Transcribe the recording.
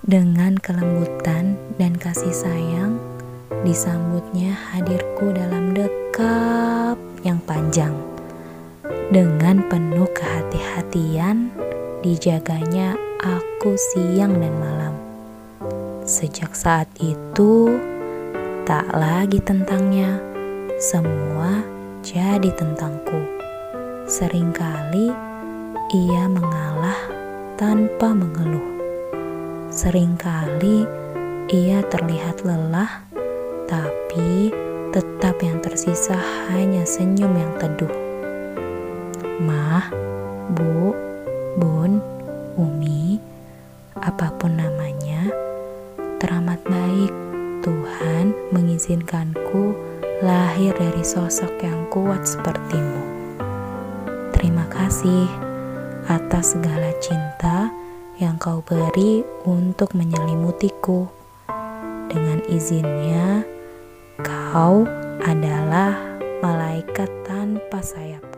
Dengan kelembutan dan kasih sayang, disambutnya hadirku dalam dekap yang panjang. Dengan penuh kehati-hatian, dijaganya aku siang dan malam. Sejak saat itu, tak lagi tentangnya, semua jadi tentangku. Seringkali ia mengalah tanpa mengeluh. Seringkali ia terlihat lelah, tapi tetap yang tersisa hanya senyum yang teduh. Mah, Bu, Bun, Umi, apapun namanya, teramat baik Tuhan mengizinkanku lahir dari sosok yang kuat sepertimu. Terima kasih atas segala cinta yang kau beri untuk menyelimutiku. Dengan izinnya, kau adalah malaikat tanpa sayap.